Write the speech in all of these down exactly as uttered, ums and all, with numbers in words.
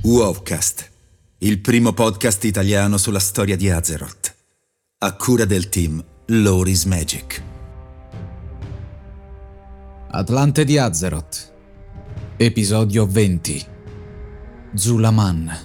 WoWcast, il primo podcast italiano sulla storia di Azeroth, a cura del team Lore is Magic. Atlante di Azeroth, episodio venti. Zulaman.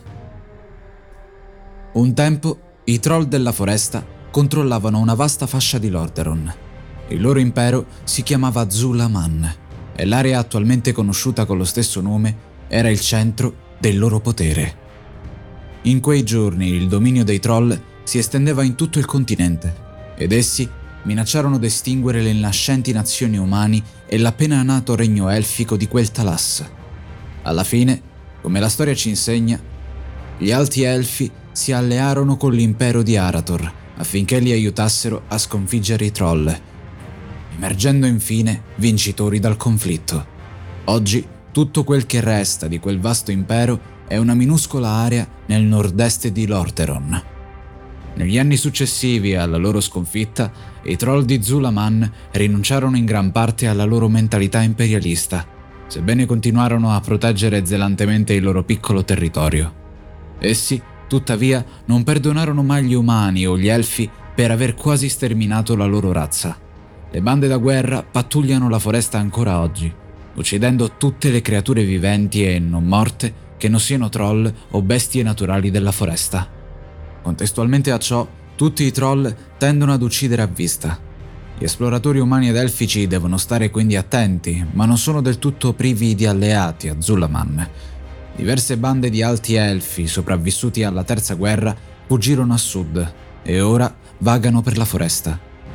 Un tempo i troll della foresta controllavano una vasta fascia di Lordaeron. Il loro impero si chiamava Zulaman e l'area attualmente conosciuta con lo stesso nome era il centro del loro potere. In quei giorni il dominio dei troll si estendeva in tutto il continente ed essi minacciarono di estinguere le nascenti nazioni umani e l'appena nato regno elfico di Quel'Thalas. Alla fine, come la storia ci insegna, gli alti elfi si allearono con l'impero di Arathor affinché li aiutassero a sconfiggere i troll, emergendo infine vincitori dal conflitto. Oggi tutto quel che resta di quel vasto impero è una minuscola area nel nord-est di Lordaeron. Negli anni successivi alla loro sconfitta, i troll di Zulaman rinunciarono in gran parte alla loro mentalità imperialista, sebbene continuarono a proteggere zelantemente il loro piccolo territorio. Essi, tuttavia, non perdonarono mai gli umani o gli elfi per aver quasi sterminato la loro razza. Le bande da guerra pattugliano la foresta ancora oggi, uccidendo tutte le creature viventi e non morte che non siano troll o bestie naturali della foresta. Contestualmente a ciò, tutti i troll tendono ad uccidere a vista. Gli esploratori umani ed elfici devono stare quindi attenti, ma non sono del tutto privi di alleati a Zulaman. Diverse bande di alti elfi sopravvissuti alla terza guerra fuggirono a sud e ora vagano per la foresta.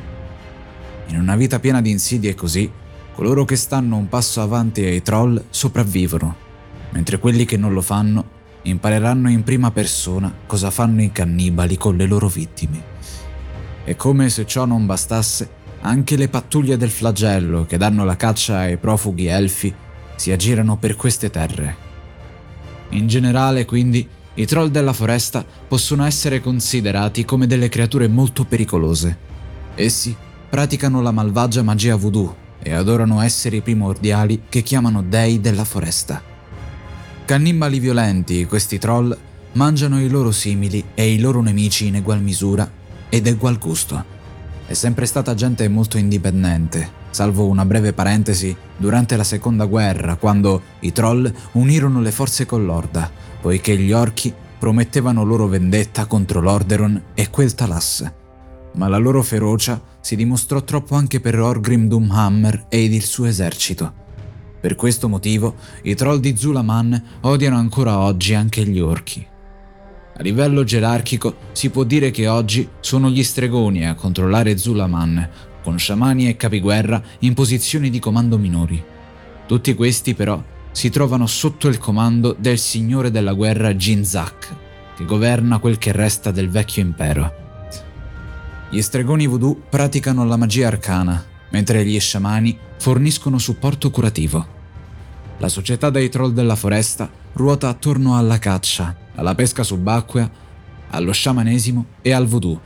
In una vita piena di insidie così, coloro che stanno un passo avanti ai troll sopravvivono, mentre quelli che non lo fanno impareranno in prima persona cosa fanno i cannibali con le loro vittime. E come se ciò non bastasse, anche le pattuglie del flagello che danno la caccia ai profughi elfi si aggirano per queste terre. In generale, quindi, i troll della foresta possono essere considerati come delle creature molto pericolose. Essi praticano la malvagia magia voodoo e adorano esseri primordiali che chiamano dei della foresta. Cannibali violenti, questi troll mangiano i loro simili e i loro nemici in egual misura ed egual gusto. È sempre stata gente molto indipendente, salvo una breve parentesi durante la seconda guerra, quando i troll unirono le forze con l'Orda, poiché gli orchi promettevano loro vendetta contro Lordaeron e Quel'Thalas. Ma la loro ferocia si dimostrò troppo anche per Orgrim Doomhammer ed il suo esercito. Per questo motivo, i troll di Zulaman odiano ancora oggi anche gli orchi. A livello gerarchico, si può dire che oggi sono gli stregoni a controllare Zulaman, con sciamani e capiguerra in posizioni di comando minori. Tutti questi, però, si trovano sotto il comando del signore della guerra Jinzak, che governa quel che resta del vecchio impero. Gli stregoni voodoo praticano la magia arcana, mentre gli sciamani forniscono supporto curativo. La società dei troll della foresta ruota attorno alla caccia, alla pesca subacquea, allo sciamanesimo e al voodoo.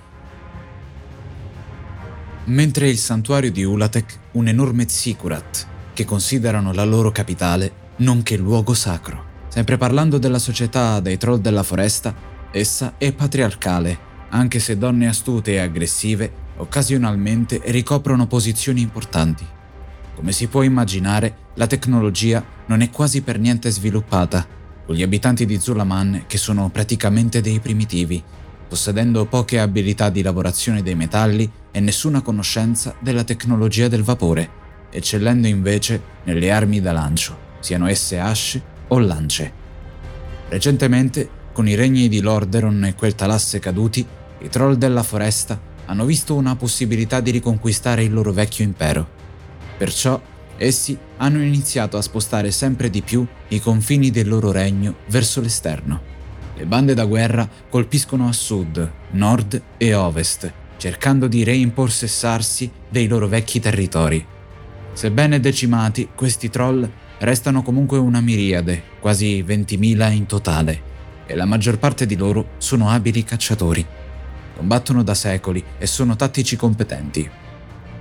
Mentre il santuario di Ulatek, un enorme ziggurat, che considerano la loro capitale, nonché luogo sacro. Sempre parlando della società dei troll della foresta, essa è patriarcale, anche se donne astute e aggressive occasionalmente ricoprono posizioni importanti. Come si può immaginare, la tecnologia non è quasi per niente sviluppata, con gli abitanti di Zulaman che sono praticamente dei primitivi, possedendo poche abilità di lavorazione dei metalli e nessuna conoscenza della tecnologia del vapore, eccellendo invece nelle armi da lancio, siano esse asce o lance. Recentemente, con i regni di Lordaeron e Quel'Thalas caduti, i troll della foresta hanno visto una possibilità di riconquistare il loro vecchio impero. Perciò, essi hanno iniziato a spostare sempre di più i confini del loro regno verso l'esterno. Le bande da guerra colpiscono a sud, nord e ovest, cercando di reimpossessarsi dei loro vecchi territori. Sebbene decimati, questi troll restano comunque una miriade, quasi ventimila in totale, e la maggior parte di loro sono abili cacciatori. Combattono da secoli e sono tattici competenti.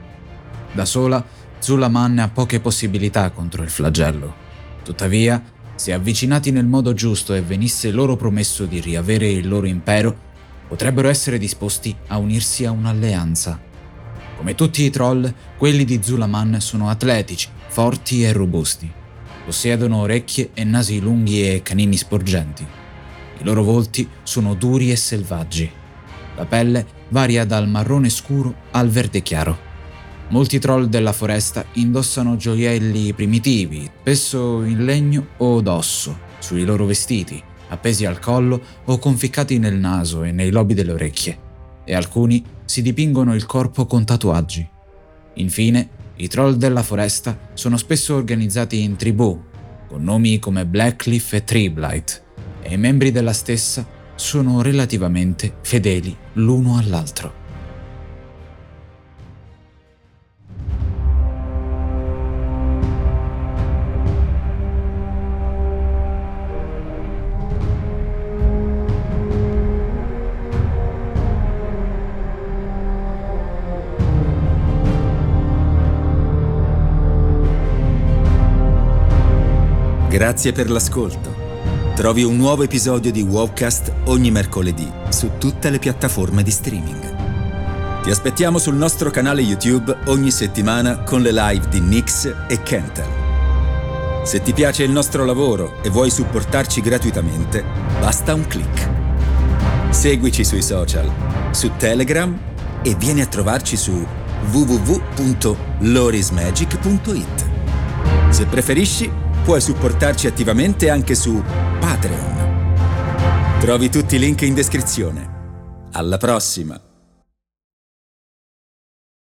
Da sola, Zulaman ha poche possibilità contro il flagello. Tuttavia, se avvicinati nel modo giusto e venisse loro promesso di riavere il loro impero, potrebbero essere disposti a unirsi a un'alleanza. Come tutti i troll, quelli di Zulaman sono atletici, forti e robusti. Possiedono orecchie e nasi lunghi e canini sporgenti. I loro volti sono duri e selvaggi. La pelle varia dal marrone scuro al verde chiaro. Molti troll della foresta indossano gioielli primitivi, spesso in legno o d'osso, sui loro vestiti, appesi al collo o conficcati nel naso e nei lobi delle orecchie, e alcuni si dipingono il corpo con tatuaggi. Infine, i troll della foresta sono spesso organizzati in tribù, con nomi come Blackcliff e Treeblight, e i membri della stessa sono relativamente fedeli l'uno all'altro. Grazie per l'ascolto. Trovi un nuovo episodio di Wowcast ogni mercoledì su tutte le piattaforme di streaming. Ti aspettiamo sul nostro canale YouTube ogni settimana con le live di Nyx e Kentel. Se ti piace il nostro lavoro e vuoi supportarci gratuitamente, basta un click. Seguici sui social, su Telegram e vieni a trovarci su w w w punto lorismagic punto i t. Se preferisci, puoi supportarci attivamente anche su Patreon. Trovi tutti i link in descrizione. Alla prossima!